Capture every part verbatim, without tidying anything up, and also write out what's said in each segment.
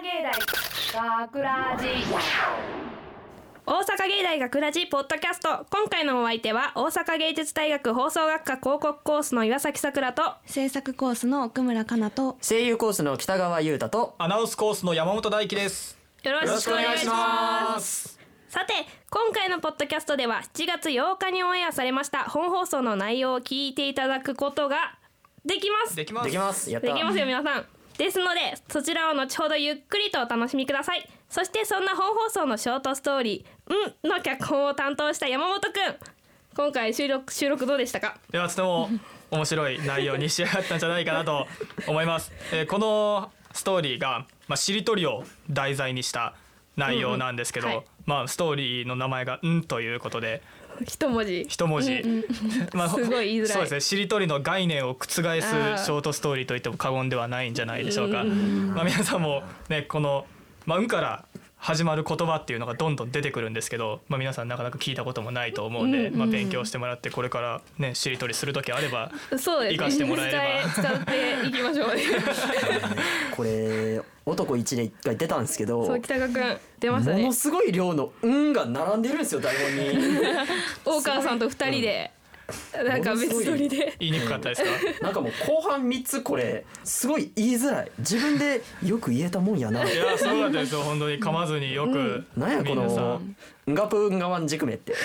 芸大学ラジ大阪芸大学ラジポッドキャスト。今回のお相手は大阪芸術大学放送学科広告コースの岩崎さくらと制作コースの奥村かなと声優コースの北川優太とアナウンスコースの山本大輝です。 よろしくお願いします。 す。 さて今回のポッドキャストではしちがつようかにオンエアされました本放送の内容を聞いていただくことができます。 できますできますやったできますよ皆さん。ですのでそちらを後ほどゆっくりとお楽しみください。そしてそんな本放送のショートストーリー「うん」の脚本を担当した山本くん、今回収録収録どうでしたか？ いやとても面白い内容に仕上がったんじゃないかなと思います、えー、このストーリーが、まあ、しりとりを題材にした内容なんですけど、うんうんはいまあ、ストーリーの名前が「ん」ということで一文字一文字、うんうんまあ、 すごい言いづらい。 そうですね、しりとりの概念を覆すショートストーリーといっても過言ではないんじゃないでしょうか。まあ、皆さんもねこの「まあ、ん」から始まる言葉っていうのがどんどん出てくるんですけど、まあ、皆さんなかなか聞いたこともないと思うんで、まあ、勉強してもらってこれからねしりとりする時あれば生かしてもらえれば使っていきましょうねこれ男一で一回出たんですけど、 そう北川くん出ましたね。 ものすごい量の「ん」が並んでるんですよ台本に大川さんと二人で、うん、なんか別撮りで言いにくかったですか？ なんかもう後半みっつこれすごい言いづらい。自分でよく言えたもんやな。 いやそうだったですよ本当に噛まずによく、うん、 なんやこのんがぷんがわんじくめって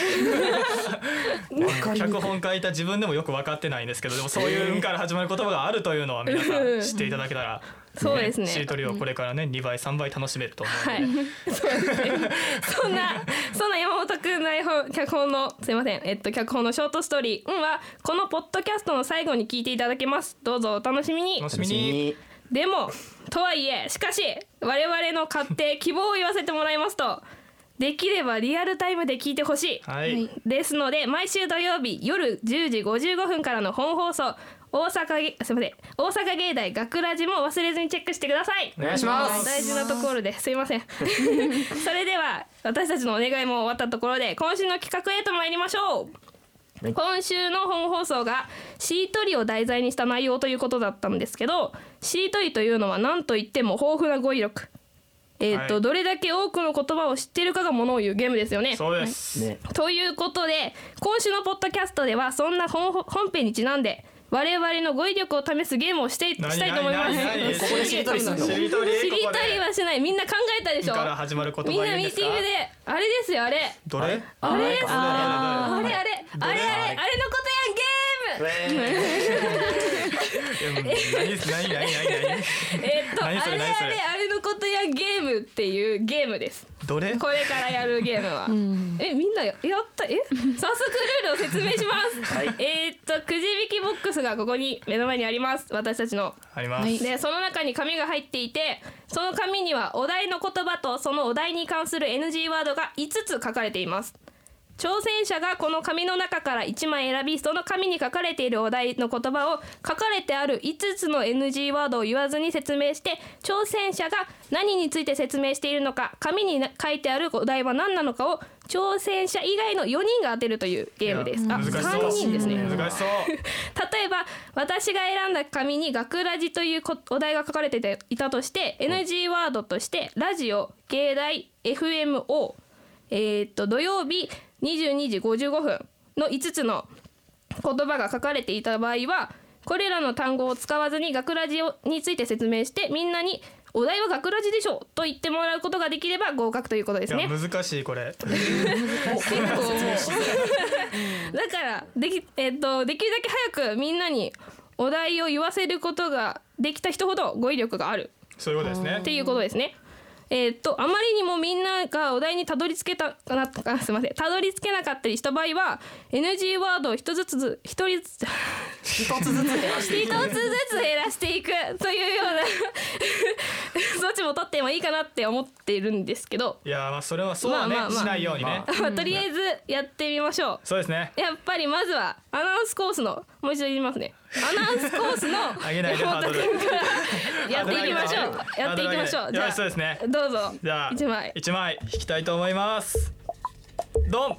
脚本書いた自分でもよく分かってないんですけど、でもそういう「ん」から始まる言葉があるというのは皆さん知っていただけたらそうですね、 しりとりをこれからねにばいさんばい楽しめると思うので、 はい、そうですねそんなそんな山本くんの絵本脚本のすいませんえっと脚本のショートストーリー「うん」はこのポッドキャストの最後に聞いていただけます。どうぞお楽しみに。 楽しみに。 でもとはいえしかし我々の勝手希望を言わせてもらいますと、できればリアルタイムで聞いてほしい、 はい、 ですので毎週土曜日夜じゅうじごじゅうごふんからの本放送大阪すいません大阪芸大学ラジも忘れずにチェックしてください。 お願いします。 大事なところですいませんそれでは私たちのお願いも終わったところで今週の企画へと参りましょう、はい、今週の本放送がしりとりを題材にした内容ということだったんですけど、しりとりというのは何といっても豊富な語彙力、えーとはい、どれだけ多くの言葉を知っているかがものを言うゲームですよね。 そうです、 ね、ということで今週のポッドキャストではそんな 本, 本編にちなんで我々の語彙力を試すゲームをしてしたいと思います。 ここでしりとりするの？ しりとりしりとりはしない。みんな考えたでしょ。 から始まる言葉みんなミーティングであれですよあれ。 どれ？ あれです。 ああれあれあれあれあれあれのことやんゲーム。 何何何何何？ えっとあれあれあれのことやんゲームっていうゲームです。 どれ？ これからやるゲームは、うん、えみんなやったえ早速ルールを説明します、はい、えー、っとくじ引きボックスがここに目の前にあります。私たちのあります。 でその中に紙が入っていて、その紙にはお題の言葉とそのお題に関する エヌジー ワードがいつつ書かれています。挑戦者がこの紙の中からいちまい選び、その紙に書かれているお題の言葉を書かれてあるいつつの エヌジー ワードを言わずに説明して、挑戦者が何について説明しているのか、紙に書いてあるお題は何なのかを挑戦者以外のよにんが当てるというゲームです。あ、さんにんですね。 難しそう例えば私が選んだ紙に学ラジというお題が書かれていたとして、 エヌジー ワードとしてラジオ、芸大、エフエムオー、えー、っと土曜日にじゅうにじごじゅうごふんのいつつの言葉が書かれていた場合は、これらの単語を使わずに学ラジについて説明して、みんなにお題は学ラジでしょと言ってもらうことができれば合格ということですね。 いや難しいこれ結構だからでき、えー、とできるだけ早くみんなにお題を言わせることができた人ほど語彙力がある、 そういうことですねっていうことですね。えー、っとあまりにもみんながお題にたどり着けたかなあすいませんたどり着けなかったりした場合は エヌジー ワードを一つずつ一人ずつ一つずつ減らしていく一つずつ減らしていくというような措置も取ってもいいかなって思っているんですけど、 いやまあそれはそうはね、まあまあまあ、しないようにね、 まあ、とりあえずやってみましょう。 そうですね。 やっぱりまずはアナウンスコースのもう一度言いますねアナウンスコースの山本君からやっていきましょうやっていきましょう。じゃあそうですね、 どうぞ。 じゃあいちまいいちまい引きたいと思います。ドン。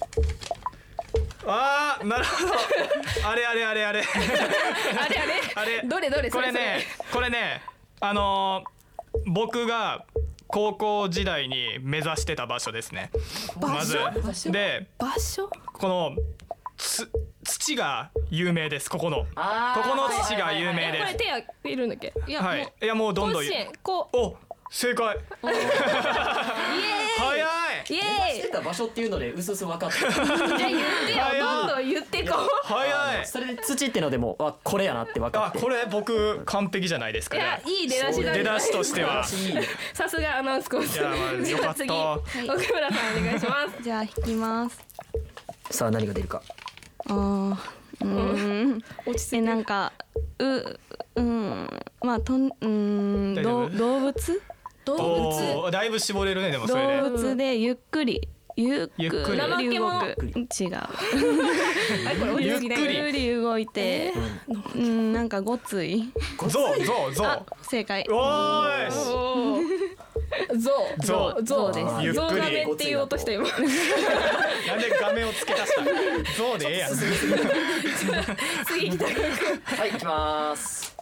あーなるほどあれあれあれあれあれあれあれどれどれこれねこれねあのー僕が高校時代に目指してた場所ですね。まずで場所このつ土が有名です。ここのこあーこの土が有名えこれです。 手挙げるんだっけいや、 はい、いやもうどんどん甲子園こうお正解早いイエーイ出た場所っていうのでうすうす分かった。 じゃあ言ってよ早いどんどん言ってこう早い。 それで土ってのでもあこれやなって分かって。 あこれ僕完璧じゃないですかいやね。 いい出だしだね出だしとしては。 いいね。 さすがアナウンスコースいやまあよかったじゃあ次奥村さんお願いしますじゃあ引きます。 さあ何が出るか。 あーうーん落ち着いてえなんかううんまあとんうーん大丈夫ど動物動物おーだいぶ絞れるねでもそれで。 動物でゆっくりゆっくゆっくりり動くゆっくり違うあこれ落ち着きないゆっくりゆっくり動いてうんなんかごついゾウゾウゾあウ。 正解おーいし。 おーゾウゾウゾウですゆっくりゾウガメって言おうとした今なんで画面を付け足した。ゾウでええやん。 次北川君はい行きます。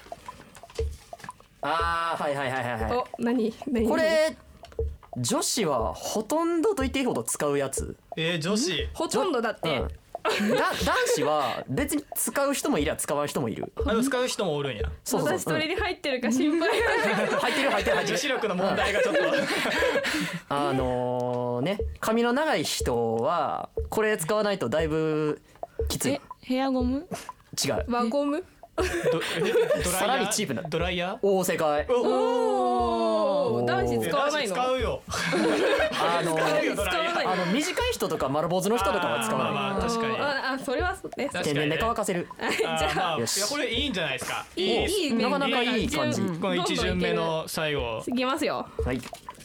あーはいはいはいはいはお何何い。これ女子はほとんどと言っていいほど使うやつ。 えー、女子。 ほとんどだっうん。 てだ男子は別に使う人もいりゃ使わん人もいる。 あの使う人もおるんや。 そうそうそう。 私それに入ってるか心配うん入ってる入ってる入ってる。 女子力の問題がちょっと。 あのね髪の長い人はこれ使わないとだいぶきつい。 えヘアゴム違う。 輪ゴムどえドライヤーさらにチープなドライヤー。 おお正解。 おお男子使わないの使うよ。 あの使わないあの短い人とか丸坊主の人とかは使わない。 まあまあ確かに。 ああそれはね確かに天然で乾かせる。 じゃああーまあいよしやこれいいんじゃないですか。 いいいいねなかなかいい感じ。 うんこの一巡目の最後。 いきますよはい。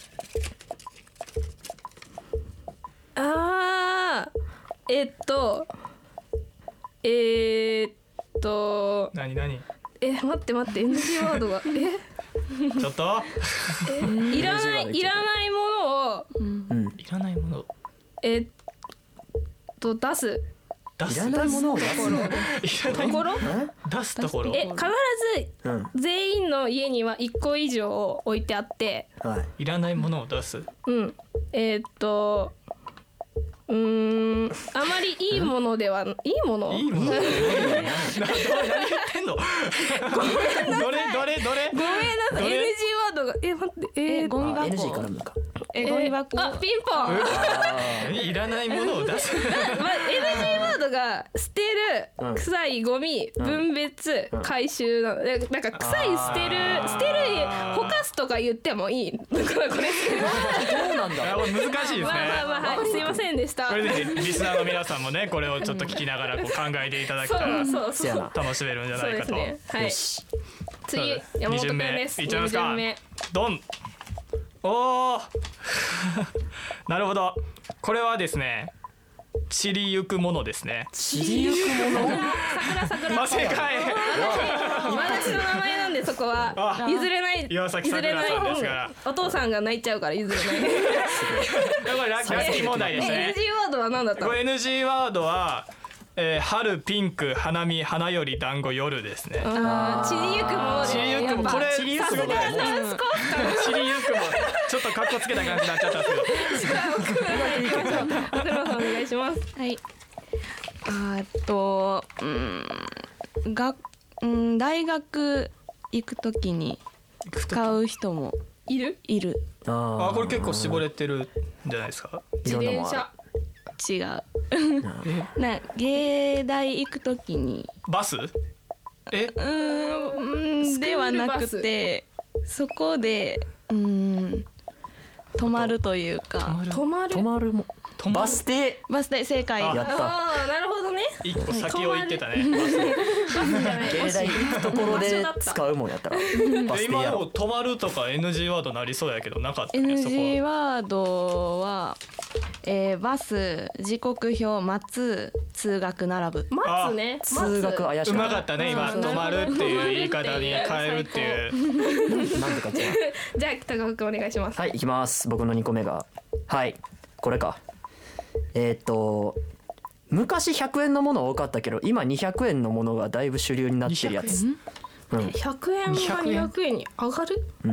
あーえっとえー、っと何何。 え待って待って エヌジー ワードがちょっと。 えいらないいらないものをうん。 いらないもの。 えっと出す出す。 いらないものを出す。 いらないところ出すところ。 え必ずうん。 全員の家にはいっこ以上置いてあってはい。 いらないものを出す。 うんえーっとうーんあまりいいものではいいものいいもの。などう何言ってんの。どれどれどれ。 ごめんなさい エヌジーどれワードがえ待ってえーえゴミあ エヌジー箱絡むか。 えゴミ箱あピンポン、まあ、 いらないものを出す。 エヌジー ワードが捨てる、 うん臭いゴミ、分別、回収なのでなんか臭い捨てる捨てるほかすとか言ってもいいだからこれどうなんいやだろう。 これ難しいですね。 まあまあまあはいすいませんでしたこれぜひリスナーの皆さんもねこれをちょっと聞きながらこう考えていただけそうたらそうそうせやな。 楽しめるんじゃそうないかと。 ですねはいよし。 次そう山本くん二巡目ですいっちゃいますか二巡目ドン。おお。なるほど。これはですね散りゆくものですね。 散りゆくもの。 桜桜まあ正解。 私の名前なんでそこはあ譲れない岩崎さくらさんですからお父さんが泣いちゃうから譲れないこれラッキー問題ですねエヌジー ワードは何だったのこれ エヌジー ワードは、えー、春ピンク花見花より団子夜ですね。 あー散りゆくもので散りゆくもやっぱこれ散りゆくものさすがアナウンスコース散りゆくもちょっとカッコつけた感じになっちゃったんですけど。 奥村さんお願いしますはいあーっとうんがうん大学行くときに使う人もいるいるああこれ結構絞れてるんじゃないですか。 自転車違うな芸大行くときにバス？え？ うーんではなくてそこでうん止まるというか止まる止まるも止まるバス停。 バス停正解やった。 ああなるほどね一個先を言ってたね。 バスじゃない芸大行くところで使うもんやったらバス停で今やろ。 もう止まるとか エヌジー ワードなりそうやけどなかったねエヌジそこーは。 ワードは、えーバス時刻表待つ通学並ぶ待つね通学怪しうかまかったね今うん止まるっていう言い方に変えるっていう。 なんとか違う。 じゃあ北川君お願いしますはい行きます。僕のにこめがはいこれか。えーっと昔ひゃくえんのもの多かったけど今にひゃくえんのものがだいぶ主流になってるやつ。うんひゃくえんがにひゃくえんに上がるうん。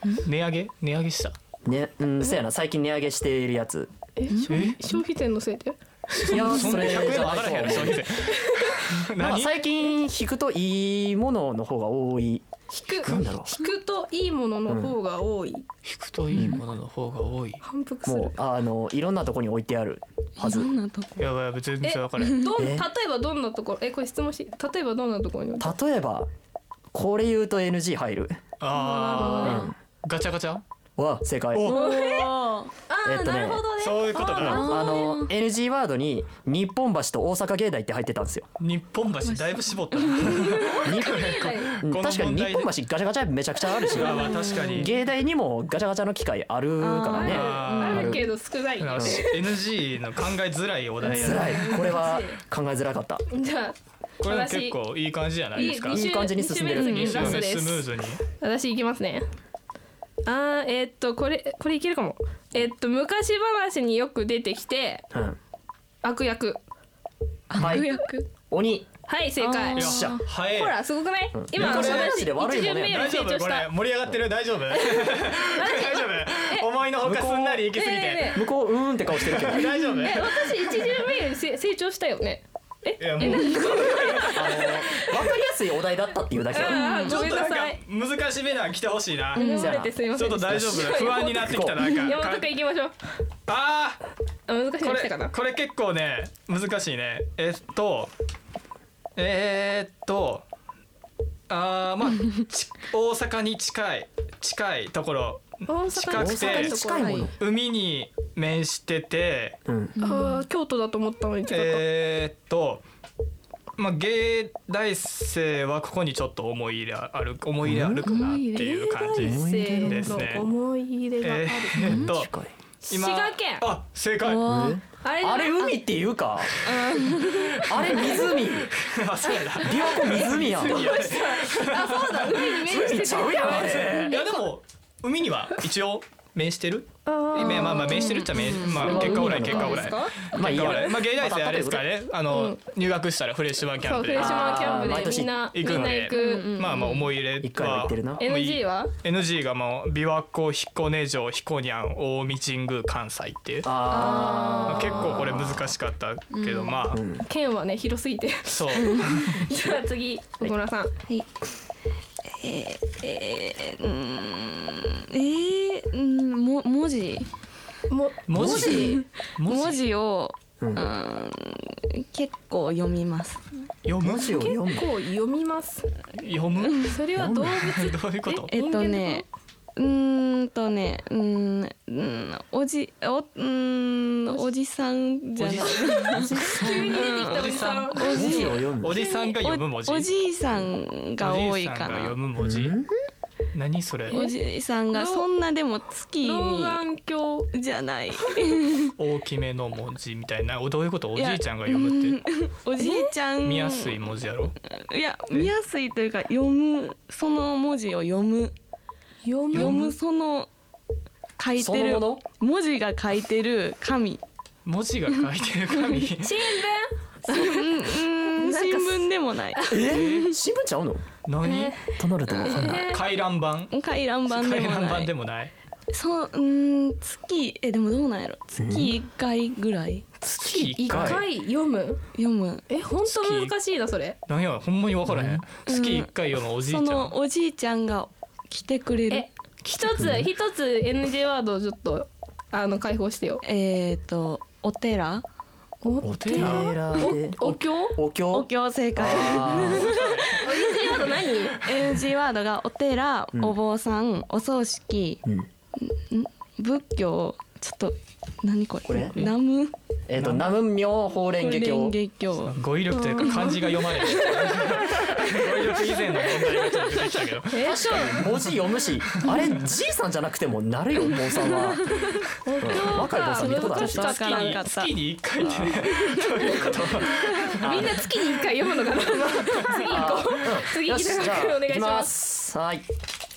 値上げ値上げしたね、うんそうやな最近値上げしているやつ。 え消費消費税のせいでいやそんなそれひゃくえんもじゃない上がらへんやろ消費税まあ何最近引くといいものの方が多い。 引くなんだろう引くといいものの方が多い、 引くといいものの方が多い、 反復するもうあのいろんなとこに置いてあるはず。 どんなとこやばいやばい全え然分からへんどん例ええばどんなところえこれ質問し例えばどんなところに置いて例えばこれ言うと エヌジー 入る。 ああガチャガチャわ正解。 おおーあー、 えっとねなるほどねそういうことかあの エヌジー ワードに日本橋と大阪芸大って入ってたんですよ。 日本橋だいぶ絞ったなにはいうんこの確かに日問題で本橋ガチャガチャめちゃくちゃあるし、 あまあ確かに芸大にもガチャガチャの機会あるからね。 ああるけど少ないなんか エヌジー の考えづらいお題や辛ないこれは考えづらかった。 じゃあこれも私結構いい感じじゃないですかいいいい感じに進んでる二週目の次ラストですスムーズに私いきますねあーえーっとこれこれいけるかもえーっと昔話によく出てきてうん悪役はい悪役鬼。 はい正解あーよっしゃ早いほらすごくない、今これ私マジで悪いもんね一巡目より大丈夫これ成長した盛り上がってる大丈夫大丈夫思いのほかすんなり行き過ぎてねえねえね向こううーんって顔してるけど大丈夫え私一巡目よりせ成長したよねえいやもうあの分かりやすいお題だったっていうだけ。 あーごめんちょっとなかなんさい難しめな来てほしいな選ばれてすみませんちょっと大丈夫不安になってきたなんか山本君行きましょうああ難しいーこれの来たかなこれ結構ね難しいねえっとえー、っとあーまあち大阪に近い近いところ大阪に近くて近いところ近いもの。 海に面しててうん。 あー京都だと思ったのに違った、 えー、っとまあ芸大生はここにちょっと思い入れある思い入れあるかなっていう感じ思い入れですねの思い入れがある、 えー、っと近い。 今滋賀県あ正解おーあれあれ海っていうか。あれ湖。 あそうやな琵琶湖湖やん。 いやあそうだ海に面してちゃうやんあれい。やでも海には一応面してるあーまあまあ面してるっちゃ面まあ結果オーライ結果オーライまあいいや結果オーライまあ芸大生あれですからねあの入学したらフレッシュマンキャンプでそうフレッシュマンキャンあー毎年プでみんなみんな行くんで行くまあまあ思い入れは一回は行ってるな。 エヌジー はエヌジー がもう琵琶湖彦根城彦にゃん大道神宮関西っていうあ結構これ難しかったけどまあ県はね広すぎてそうじゃあ次小倉さんはいえー、えー、うーんえー、うんも文字も文字文字をううんん結構読みます読む文字を読む結構読みます読むそれは動物どういうことえっとねうーんとねうーんうんおじおうーんおじさんじゃない急に出てきたおじさん文字を読む。 おじさんが読む文字おおじいさんが多いかおじいさんが読なむ文字うん何それおじいさんがそんなでも月老に眼鏡じゃない大きめの文字みたいなおどういうことおじいちゃんが読むっておじいちゃん見やすい文字やろいや見やすいというか読むその文字を読む読読むその書いてるそのもの文字が書いてる紙文字が書いてる紙新聞うんうん新聞でもないえ新聞ちゃうの何となるとわかんない。 回覧板回覧板で回覧板もないでもないそううん月えでもどうなんやろ月いっかいぐらい月一回読む読むえ本当難しいなそれ何やほんまに分からへん月一回読むおじいちゃんそのおじいちゃんが来てくれるえ一つ一つ エヌジー ワードをちょっとあの解放してよえっとお寺お寺寺でお経お経。 お経正解あーエヌジー ワード何エヌジー ワードがお寺、 うんお坊さんお葬式うん仏教ちょっと何これこれ南無えっと南無妙法蓮華経。 蓮華経語彙力というか漢字が読まれる語彙力以前の問題がちょっと出てきたけどえ確かに文字読むし、あれじいさんじゃなくてもなるよ坊さんは。 お経うん若い坊さん見たことあるし。 わからんかった月に一回ってねどういうことみんな月に一回読むのかな次行こう次よ行きなしじゃあがらお願いし行きまますす。はい。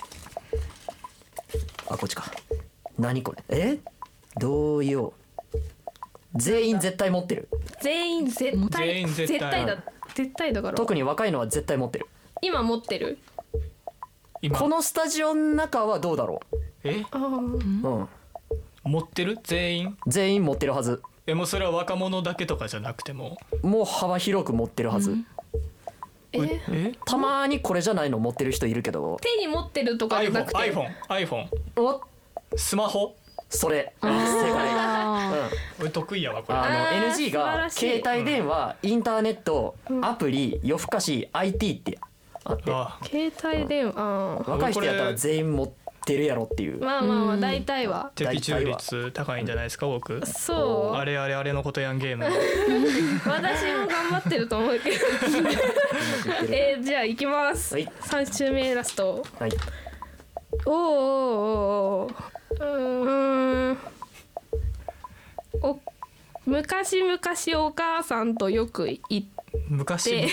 あこっちか。何これ？え？どう言おう。全員絶対持ってる。 全員絶対全員絶対絶対だ絶対だから特に若いのは絶対持ってる。 今持ってる今このスタジオの中はどうだろえあーう、うん、 持ってる全員全員持ってるはず。 えもうそれは若者だけとかじゃなくてももう幅広く持ってるはず、 ええたまにこれじゃないの持ってる人いるけど。 手に持ってるとかじゃなくて iPhone iPhone iPhone おスマホそれ正解。 あ俺得意やわこれあのあーエヌジー が素晴らしい携帯電話、インターネット、アプリ、夜更かし、アイティー ってあって、 あ携帯電話あー若い人やったら全員持ってるやろっていう。 まあまあまあ大体は的中率高いんじゃないですか僕そうあれあれあれのことやんゲーム私も頑張ってると思うけどえー、じゃあ行きます、 はいさん週目ラストはい。 おーおーおーうーんお昔々お母さんとよく行っ昔で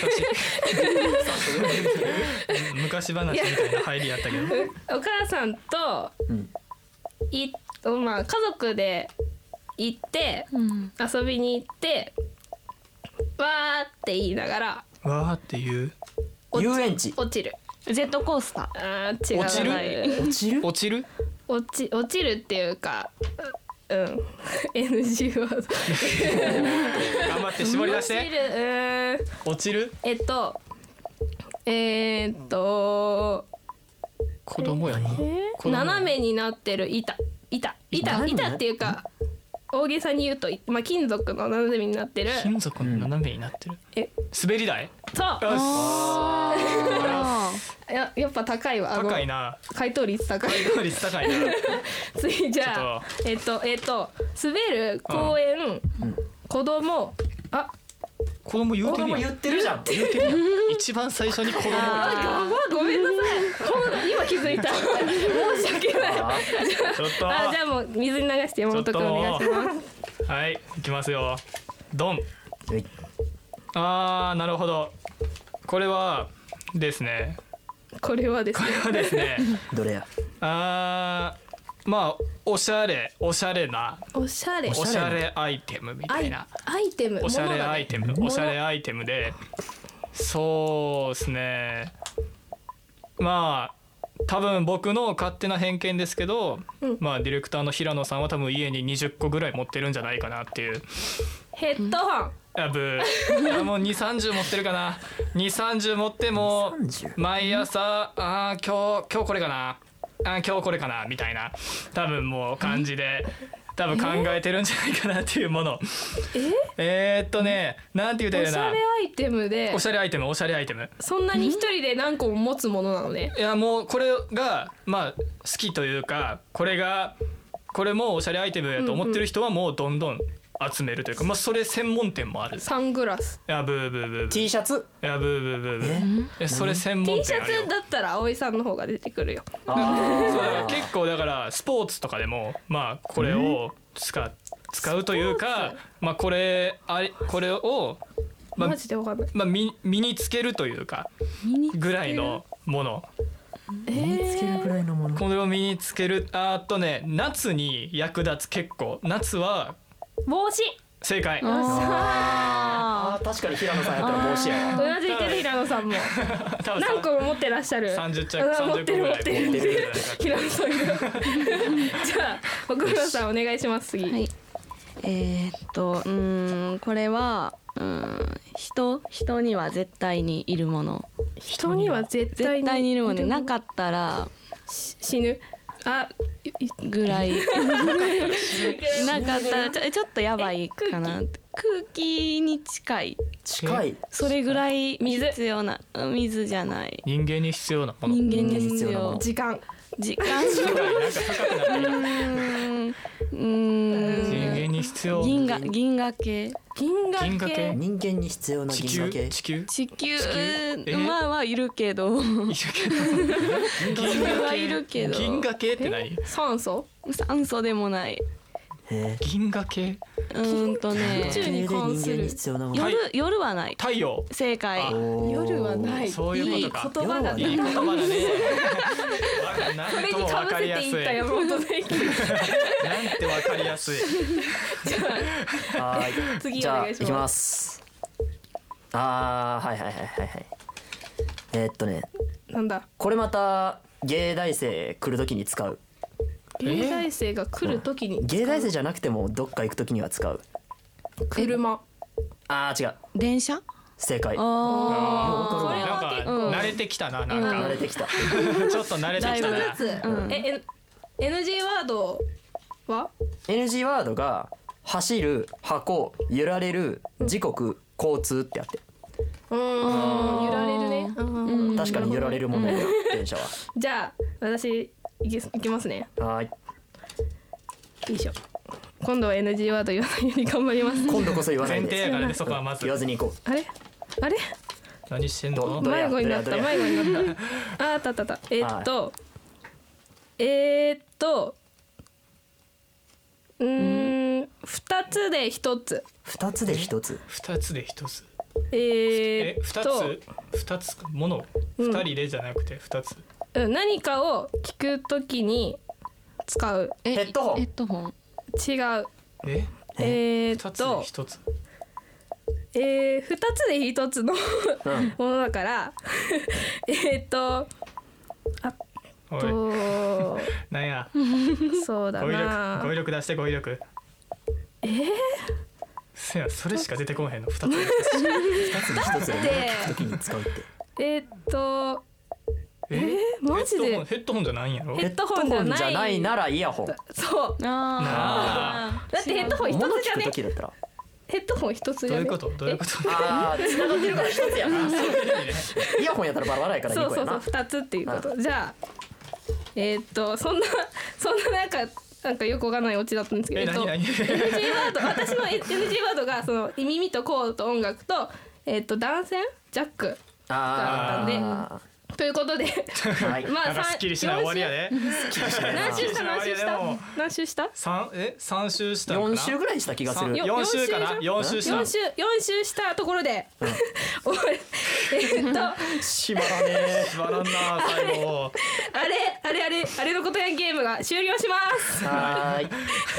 昔昔話みたいな入りやったけどお母さんとうんい、まあ、家族で行ってーうん遊びに行ってわーって言いながらわーっていう落ち遊園地落ちるジェットコースタあー違う落ちる落ちる？ 落ちる落ち落ちるっていうかうん エヌジー ワード頑張って絞り出し落ちてるうーん落ちるえっとえー、っと子供やなえー子供斜めになってる板板板何板っていうか大げさに言うと、まあ、金属の斜めになってる金属の斜めになってるえ滑り台そうよしあいややっぱ高いわあの高いな回答率高い効率高いな次じゃあえっとえっと滑る公園、子供あ子供言うてるやん言ってるじゃん。 言うてるやん一番最初に子供あがやばごめんなさいほんと今気づいた申し訳ないあちょっとあじゃあもう水に流して山本君お願いしますはいいきますよドンーはいあーなるほどこれはですねこれはですこねれはですねどれや？ あーまあおしゃれおしゃれなおしゃれおしゃれアイテムみたアイいなアイテムおしゃれ物だねアイテムおしゃれアイテムでそうですねまあ多分僕の勝手な偏見ですけど、 うんまあディレクターの平野さんは多分家ににじゅっこぐらい持ってるんじゃないかなっていうヘッドホンやぶいやもうにじゅうさんじゅう持ってるかなにじゅうさんじゅう持ってもさんじゅう毎朝あー今日今日これかなあー今日これかなみたいな多分もう感じで多分考えてるんじゃないかなっていうものえーっとねなんて言うたらいいおしゃのかなれアイテムでおしゃれアイテムおしゃれアイテムそんなに一人で何個も持つものなのねいやもうこれがまあ好きというかこれがこれもおしゃれアイテムやと思ってる人はもうどんどん集めるというか、まあそれ専門店もある。いサングラスやブーブーブーブー T シャツ。 いやブーブーブーブーえそれ専門 T シャ店あるよツだったら葵さんの方が出てくるよそうだから結構だからスポーツとかでもまあこれを使使うというかまあこれあれこれをまあマジでわかんないまあ身身につけるというかぐらいのものえーつけるぐらいのもの。 これを身につけるあとね夏に役立つ結構夏は帽子正解あー確かに平野さんやったら帽子やわ。 うなずいてる平野さんも多分何個も持ってらっしゃるさんじゅっ着あさんじゅっ持ってる個ぐらい持ってる持ってる平野さんがじゃあ奥村さんお願いします次、 はいえー、っとうーんこれはうーん人人には絶対にいるもの人には絶対に絶対にいるものなかったらし死ぬあいいぐらいなかったらちょちょっとやばいかな空気に近い近い。 それぐらい水必要なうん水じゃない人間に必要なもの人間に必必要なも要の時間時間なんか高くなってきたうーんうーん人間に必要銀河銀河系銀河銀河系系人間に必要な地銀河系。 球地球地球えまあまあいるけど一緒銀河はいるけど銀河系って何酸素酸素でもないへ銀河系うーんとえ。 ね宇宙に関する人間に必要なもの。 はい夜夜はない太陽正解あおー夜はないそういうことかいい言葉だいい言葉だねなんそれにかぶとも分かせていっりやすいなんた山本選手て分かりやすいはーい。 次じゃあお願いします行きます。ああはいはいはいはいはい。えーっとねなんだこれまた芸大生来る時に使う。 芸大生が来るときに使う芸大生じゃなくてもどっか行く時には使う。 車。 あー違う。 電車？ 正解。 あこれなんかは結構慣れてきたな、なん慣かれてきた。 ちょっと慣れてきたな。 一つずつ、ええ エヌジー ワードはエヌジー ワードが走る、箱、揺られる、時刻、交通ってやって。 うーん揺られるね、うん確かに揺られるものやな電車は。 じゃあ私いきいきますね。 はーい。 よいしょ。今度は エヌジー ワード言わないように頑張ります。 今度こそ言わないで。 前提やからね、そこはまず言わずに行こう。 あれあれ何してんのどれや迷子になったどれや迷子になったああったあったあったえーっと、えーっとうーん二つで一つ二つで一つ。 二つで一つ。 ええ二ーっとつ二つもの二人でじゃなくて二つ。 うん何かを聞くときに使うえヘッドホンヘッドホン。 違うええー二つでっと一つ。 えー、二つで一つのうんものだからえーっとおいとなんやそうだ語彙力な語彙力出して語彙力。えー、せやそれしか出てこへんの二つで一つ。 二つで一つでで聞く時に使うって。 えーっとえーマジでヘッドホンヘッドホンじゃないんやろ。 ヘッドホンじゃないじゃないならイヤホン。 そうあだってヘッドホン一物聞くつじゃね時だったら。 ヘッドホン一つじゃねどういうことどういうこと。 ああ繋がってるから一つやな。イヤホンやったらバラバラやからそうそうそう二個やな。 二つっていうことじゃあえーっとそんなそんななんかなんかよくわかんないオチだったんですけどええっと何何エヌジー ワード私の エヌジー ワードがその耳とコードと音楽とえーっと断線ジャックあだということであ。はい。 まなんかすっきりしない終わりやで。 何周した何周したでも何周した三え三周したのかな。 四週ぐらいした気がする。 よ四週かな。四週した。 四周四周したところでおいえーっとしまらねしばらんな最後。 あれあれあれあれのことやんゲームが終了しますえ。はーい。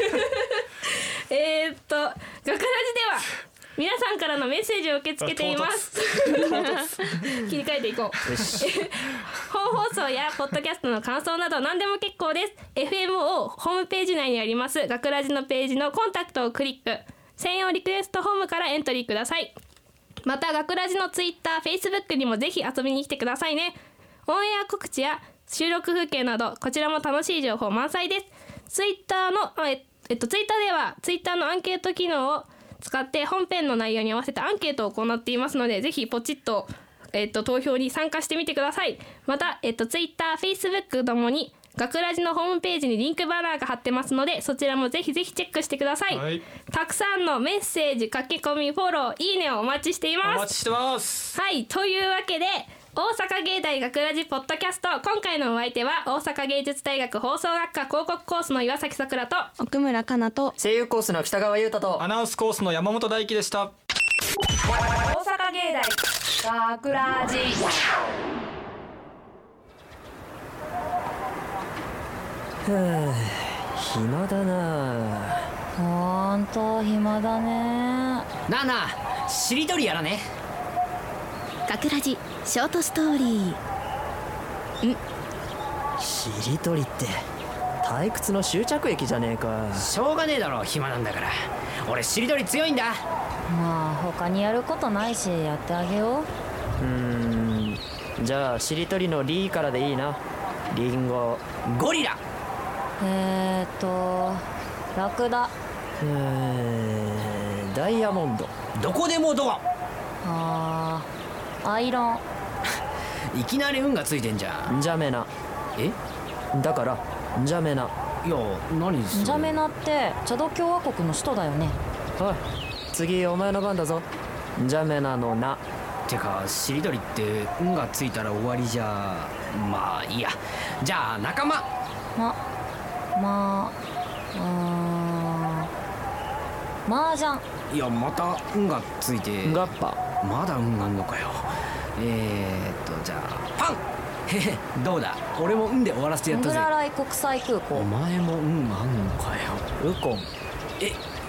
えーっと学ラジでは皆さんからのメッセージを受け付けています切り替えていこうよし。 本放送やポッドキャストの感想など何でも結構です。 エフエムオー ホームページ内にあります学ラジのページのコンタクトをクリック、専用リクエストフォームからエントリーください。また学ラジのツイッター、フェイスブックにもぜひ遊びに来てくださいね。オンエア告知や収録風景などこちらも楽しい情報満載です。ツイッターのあええっとツイッターではツイッターのアンケート機能を使って本編の内容に合わせたアンケートを行っていますのでぜひポチッと、えっと、投票に参加してみてください。また、えっと、ツイッター、フェイスブックともに学ラジのホームページにリンクバナーが貼ってますのでそちらもぜひぜひチェックしてください、 はいたくさんのメッセージ、書き込み、フォロー、いいねをお待ちしていおます。 待ちしてます。 はいというわけで大阪芸大学ラジポッドキャスト、今回のお相手は大阪芸術大学放送学科広告コースの岩崎さくらと奥村かなと声優コースの北川優太とアナウンスコースの山本大輝でした。 大阪芸大学ラジ暇だな。 ほんと暇だね。 なあなあ、しりとりやらね。 学ラジショートストーリー。 しりとりって退屈の終着駅じゃねえか。 しょうがねえだろ、暇なんだから。俺しりとり強いんだ。 まあ他にやることないしやってあげよう。 うーんじゃあしりとりのリーからでいいな。リンゴ。 ゴリラ。 えーっとラクダ。 うーんダイヤモンド。 どこでもドア。 あーアイロン。 いきなり運がついてんじゃん。 んじゃめな。 えだからんじゃめな。 いや、何それ。 ンジャメナってチャド共和国の首都だよね。 おい次お前の番だぞ。んじゃめなのな。 てかしりとりって運がついたら終わりじゃ。まあいいや。じゃあ仲間。 ままうーんマージャン。 いや、また運がついて。 ガッパ。 まだ運があんのかよ。えーっとじゃあパン。へへ、どうだ、俺も運で終わらせてやったぜ。 ムグラライ国際空港。 お前も運あんのかよ。 ウコン。 え、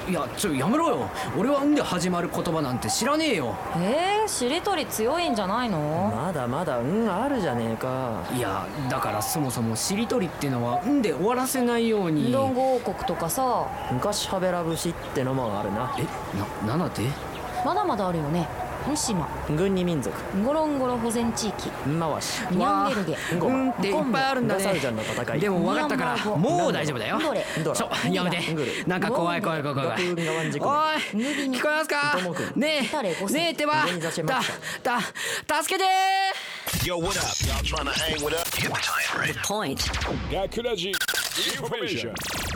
いやちょやめろよ。俺は「ん」で始まる言葉なんて知らねえよ。 えー、しりとり強いんじゃないの？ まだまだ運あるじゃねえか。 いやだからそもそもしりとりってのは「ん」で終わらせないように。 日本語王国とかさ。 昔はべら節ってのもあるな。 えななんだって？ まだまだあるよね。ん島、 軍に民族、 ゴロンゴロ保全地域、 んまわし、 ニャンゲルゲ、 「ん」っていっぱいあるんだガサルジャね。 ンの戦い。 でも分かったからもう大丈夫だよ。 どれ？ ドラちょやめて。なんか怖い怖い怖い怖い。 学運がワンジクおいムビニ聞こえますか？ね誰え五千ねえってば上に出しまだしただ助けてー。 Yo, what up? Y'all trying to hang with us? Hit the time, right? Point。 学ラジインフォメーション。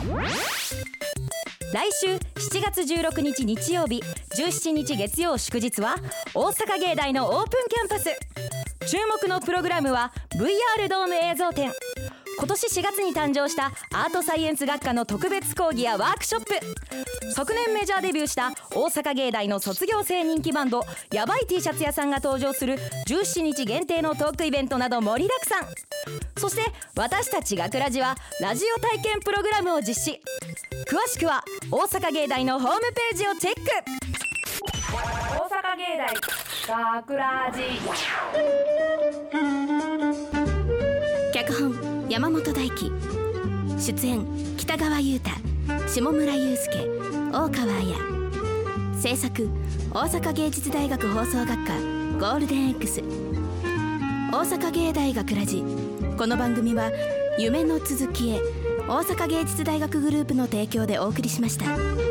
来週しちがつじゅうろくにち日曜日、じゅうしちにち月曜祝日は大阪芸大のオープンキャンパス。注目のプログラムは ブイアール ドーム映像展。今年しがつに誕生したアートサイエンス学科の特別講義やワークショップ。昨年メジャーデビューした大阪芸大の卒業生人気バンドやばい T シャツ屋さんが登場するじゅうしちにち限定のトークイベントなど盛りだくさん。そして私たち学ラジはラジオ体験プログラムを実施。詳しくは大阪芸大のホームページをチェック。 大阪芸大学ラジ。 脚本山本大輝、出演北川悠太、下村雄介、大川彩。制作大阪芸術大学放送学科ゴールデン X。 大阪芸大学ラジ。この番組は夢の続きへ大阪芸術大学グループの提供でお送りしました。